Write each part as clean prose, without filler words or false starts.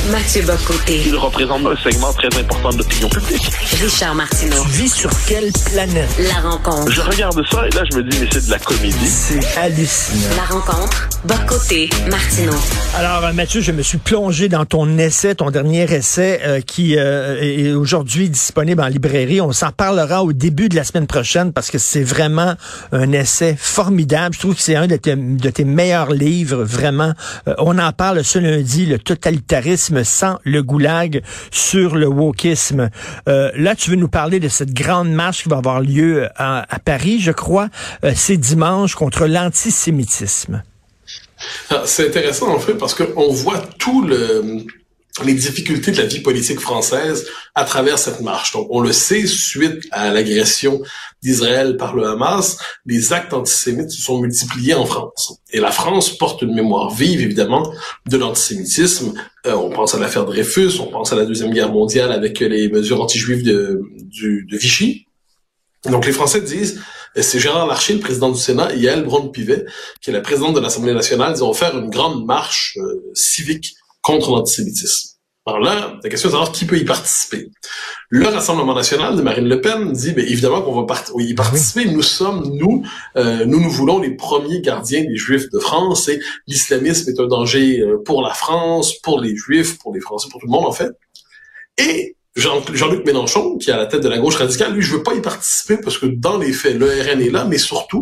Mathieu Bock-Côté. Il représente un segment très important de l'opinion publique. Richard Martineau. Tu vis sur quelle planète? La rencontre. Je regarde ça et là, je me dis, mais c'est de la comédie. C'est hallucinant. La rencontre. Bock-Côté. Martineau. Alors, Mathieu, je me suis plongé dans ton essai, ton dernier essai qui est aujourd'hui disponible en librairie. On s'en parlera au début de la semaine prochaine parce que c'est vraiment un essai formidable. Je trouve que c'est un de tes meilleurs livres, vraiment. On en parle ce lundi, le totalitarisme sans le goulag sur le wokisme. Là, tu veux nous parler de cette grande marche qui va avoir lieu à Paris, je crois. C'est dimanche contre l'antisémitisme. C'est intéressant en fait parce qu'on voit les difficultés de la vie politique française à travers cette marche. Donc, on le sait, suite à l'agression d'Israël par le Hamas, les actes antisémites se sont multipliés en France. Et la France porte une mémoire vive, évidemment, de l'antisémitisme. On pense à l'affaire Dreyfus, on pense à la Deuxième Guerre mondiale avec les mesures anti-juives de Vichy. Donc, les Français disent, c'est Gérard Larcher, le président du Sénat, et Yaël Braun-Pivet, qui est la présidente de l'Assemblée nationale, ils vont faire une grande marche civique contre l'antisémitisme. Alors là, la question est de savoir qui peut y participer. Le Rassemblement national de Marine Le Pen dit, évidemment qu'on va y participer. Nous voulons les premiers gardiens des Juifs de France et l'islamisme est un danger pour la France, pour les Juifs, pour les Français, pour tout le monde en fait. Et Jean-Luc Mélenchon, qui est à la tête de la gauche radicale, lui, je veux pas y participer parce que dans les faits, le RN est là, mais surtout,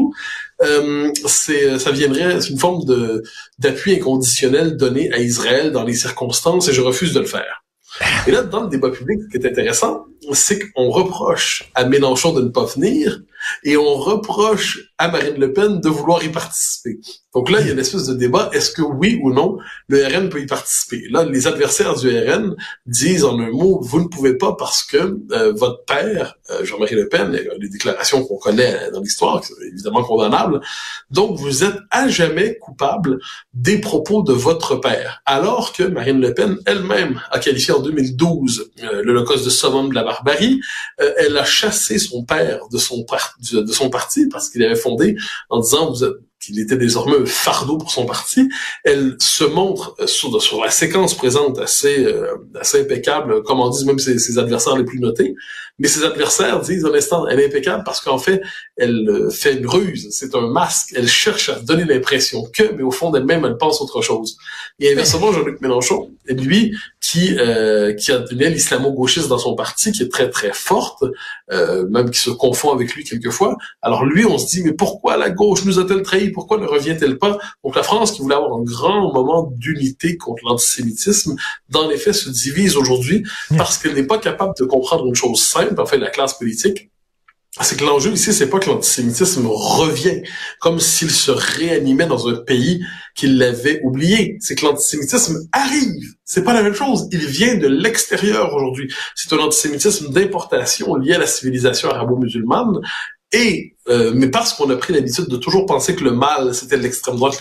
c'est une forme d'appui inconditionnel donné à Israël dans les circonstances et je refuse de le faire. Et là, dans le débat public, ce qui est intéressant, c'est qu'on reproche à Mélenchon de ne pas venir et on reproche à Marine Le Pen de vouloir y participer. Donc là, il y a une espèce de débat, est-ce que oui ou non, le RN peut y participer? Là, les adversaires du RN disent en un mot, vous ne pouvez pas parce que votre père, Jean-Marie Le Pen, il y a des déclarations qu'on connaît dans l'histoire, qui sont évidemment condamnables, donc vous êtes à jamais coupable des propos de votre père. Alors que Marine Le Pen elle-même a qualifié en 2012 l'Holocauste de Somme de la barbarie, elle a chassé son père de son parti parce qu'il avait fondé en disant qu'il était désormais un fardeau pour son parti. Elle se montre sur la séquence présente assez impeccable, comme en disent même ses adversaires les plus notés. Mais ses adversaires disent à l'instant, elle est impeccable parce qu'en fait, elle fait une ruse, c'est un masque. Elle cherche à donner l'impression mais au fond d'elle-même, elle pense autre chose. Et inversement, Jean-Luc Mélenchon, lui, qui a une aile islamo-gauchiste dans son parti, qui est très très forte, même qui se confond avec lui quelquefois. Alors lui, on se dit, mais pourquoi la gauche nous a-t-elle trahi? Pourquoi ne revient-elle pas? Donc la France, qui voulait avoir un grand moment d'unité contre l'antisémitisme, dans les faits se divise aujourd'hui parce qu'elle n'est pas capable de comprendre une chose simple, en fait, la classe politique. C'est que l'enjeu ici, c'est pas que l'antisémitisme revient comme s'il se réanimait dans un pays qu'il l'avait oublié. C'est que l'antisémitisme arrive. C'est pas la même chose. Il vient de l'extérieur aujourd'hui. C'est un antisémitisme d'importation lié à la civilisation arabo-musulmane. Mais parce qu'on a pris l'habitude de toujours penser que le mal, c'était l'extrême droite,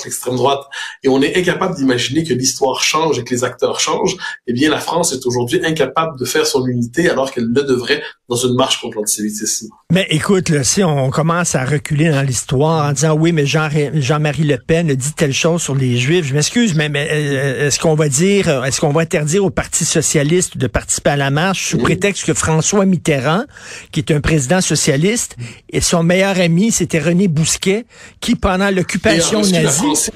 et on est incapable d'imaginer que l'histoire change et que les acteurs changent, eh bien, la France est aujourd'hui incapable de faire son unité alors qu'elle le devrait dans une marche contre l'antisémitisme. Mais écoute, là, si on commence à reculer dans l'histoire en disant, oui, mais Jean-Marie Le Pen a dit telle chose sur les Juifs, je m'excuse, mais est-ce qu'on va interdire au Parti socialiste de participer à la marche sous prétexte que François Mitterrand, qui est un président socialiste, et son meilleur ami, c'était René Bousquet, qui, pendant l'occupation nazie...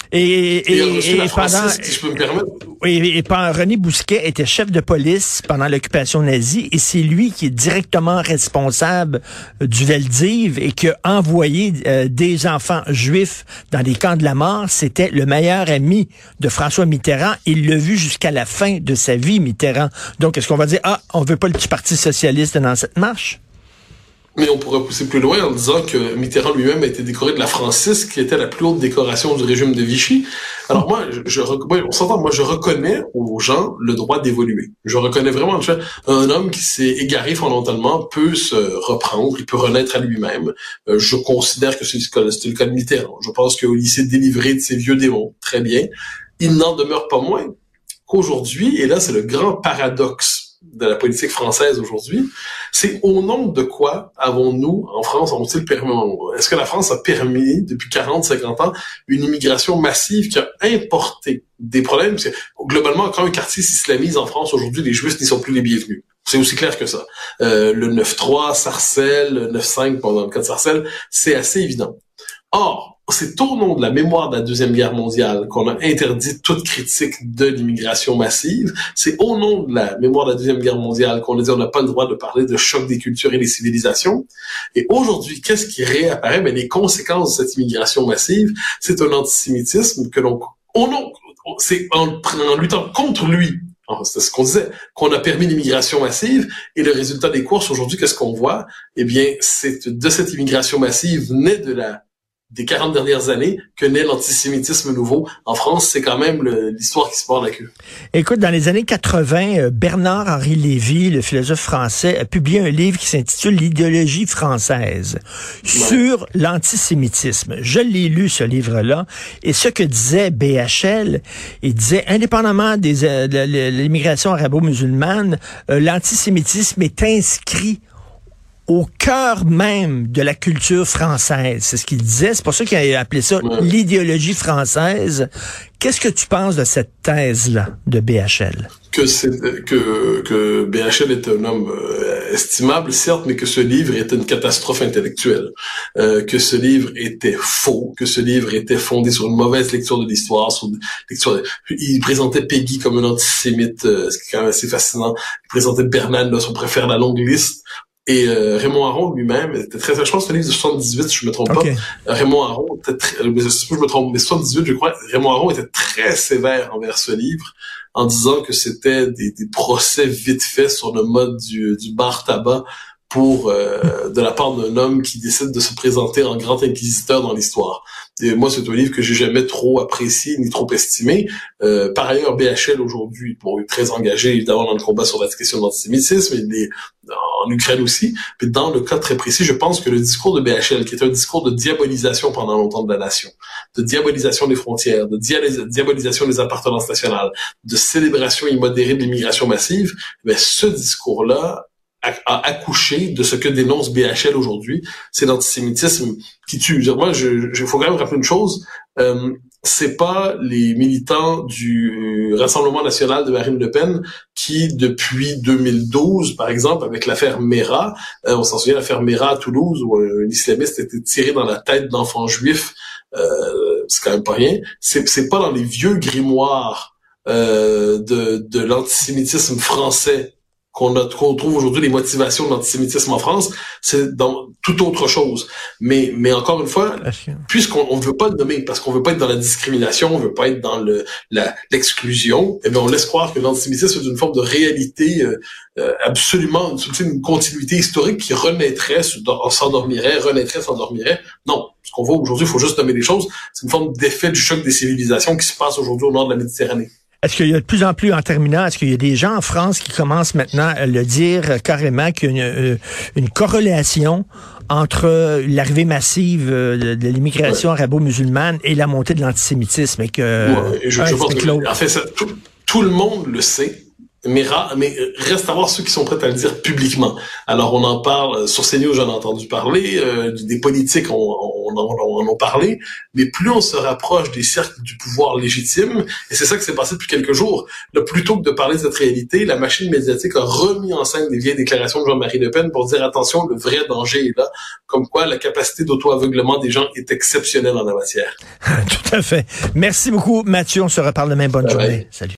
René Bousquet était chef de police pendant l'occupation nazie et c'est lui qui est directement responsable du Veldiv et qui a envoyé des enfants juifs dans des camps de la mort. C'était le meilleur ami de François Mitterrand. Il l'a vu jusqu'à la fin de sa vie, Mitterrand. Donc, est-ce qu'on va dire, on veut pas le petit Parti socialiste dans cette marche? Mais on pourrait pousser plus loin en disant que Mitterrand lui-même a été décoré de la Francis, qui était la plus haute décoration du régime de Vichy. Alors moi, on s'entend, moi je reconnais aux gens le droit d'évoluer. Je reconnais vraiment un homme qui s'est égaré fondamentalement peut se reprendre, il peut renaître à lui-même. Je considère que c'était le cas de Mitterrand. Je pense qu'il s'est délivré de ses vieux démons. Très bien. Il n'en demeure pas moins qu'aujourd'hui, et là c'est le grand paradoxe de la politique française aujourd'hui, c'est au nom de quoi avons-nous, en France, est-ce que la France a permis, depuis 40, 50 ans, une immigration massive qui a importé des problèmes? Parce que, globalement, quand un quartier s'islamise en France aujourd'hui, les Juifs n'y sont plus les bienvenus. C'est aussi clair que ça. Le 9-3, Sarcelles, le 9-5, dans le cas de Sarcelles, c'est assez évident. Or, c'est au nom de la mémoire de la Deuxième Guerre mondiale qu'on a interdit toute critique de l'immigration massive. C'est au nom de la mémoire de la Deuxième Guerre mondiale qu'on a dit on n'a pas le droit de parler de choc des cultures et des civilisations. Et aujourd'hui, qu'est-ce qui réapparaît? Ben, les conséquences de cette immigration massive, c'est un antisémitisme que c'est en luttant contre lui. C'est ce qu'on disait, qu'on a permis l'immigration massive, et le résultat des courses aujourd'hui, qu'est-ce qu'on voit? Eh bien, c'est de cette immigration massive naît des 40 dernières années que naît l'antisémitisme nouveau. En France, c'est quand même l'histoire qui se mord la queue. Écoute, dans les années 80, Bernard-Henri Lévy, le philosophe français, a publié un livre qui s'intitule L'idéologie française sur l'antisémitisme. Je l'ai lu, ce livre-là, et ce que disait BHL, il disait, indépendamment de l'immigration arabo-musulmane, l'antisémitisme est inscrit au cœur même de la culture française. C'est ce qu'il disait. C'est pour ça qu'il a appelé ça l'idéologie française. Qu'est-ce que tu penses de cette thèse-là de BHL? Que BHL est un homme estimable, certes, mais que ce livre est une catastrophe intellectuelle. Que ce livre était faux, que ce livre était fondé sur une mauvaise lecture de l'histoire, il présentait Peggy comme un antisémite, ce qui est quand même assez fascinant. Il présentait Bernal, son préfère, la longue liste. Et Raymond Aron lui-même était très, je pense que c'est un livre de 78, si je me trompe pas. Raymond Aron était je me trompe, mais 78, je crois. Raymond Aron était très sévère envers ce livre, en disant que c'était des procès vite faits sur le mode du bar tabac de la part d'un homme qui décide de se présenter en grand inquisiteur dans l'histoire. Et moi, c'est un livre que j'ai jamais trop apprécié ni trop estimé. Par ailleurs, BHL aujourd'hui, est très engagé évidemment dans le combat sur la question de l'antisémitisme, il est en Ukraine aussi. Mais dans le cas très précis, je pense que le discours de BHL, qui est un discours de diabolisation pendant longtemps de la nation, de diabolisation des frontières, de diabolisation des appartenances nationales, de célébration immodérée de l'immigration massive, ce discours-là a accouché de ce que dénonce BHL aujourd'hui, c'est l'antisémitisme qui tue. Moi, faut quand même rappeler une chose, c'est pas les militants du Rassemblement national de Marine Le Pen qui, depuis 2012, par exemple, avec l'affaire Mera, on s'en souvient, l'affaire Mera à Toulouse, où un islamiste était tiré dans la tête d'enfants juifs, c'est quand même pas rien, c'est pas dans les vieux grimoires de l'antisémitisme français qu'on trouve aujourd'hui les motivations de l'antisémitisme en France, c'est dans toute autre chose. Mais encore une fois, puisqu'on ne veut pas le nommer, parce qu'on veut pas être dans la discrimination, on veut pas être dans l'exclusion, eh bien on laisse croire que l'antisémitisme est une forme de réalité absolument, une continuité historique qui renaîtrait, s'endormirait. Non. Ce qu'on voit aujourd'hui, il faut juste nommer les choses. C'est une forme d'effet du choc des civilisations qui se passe aujourd'hui au nord de la Méditerranée. Est-ce qu'il y a de plus en plus, en terminant, est-ce qu'il y a des gens en France qui commencent maintenant à le dire carrément qu'il y a une corrélation entre l'arrivée massive de l'immigration arabo-musulmane et la montée de l'antisémitisme et que je pense que, en fait, tout le monde le sait. Mais reste à voir ceux qui sont prêts à le dire publiquement. Alors, on en parle, sur CNews, j'en ai entendu parler, des politiques, on en a parlé, mais plus on se rapproche des cercles du pouvoir légitime, et c'est ça qui s'est passé depuis quelques jours, là, plutôt que de parler de cette réalité, la machine médiatique a remis en scène des vieilles déclarations de Jean-Marie Le Pen pour dire, attention, le vrai danger est là, comme quoi la capacité d'auto-aveuglement des gens est exceptionnelle en la matière. Tout à fait. Merci beaucoup, Mathieu. On se reparle demain. Bonne journée. Salut.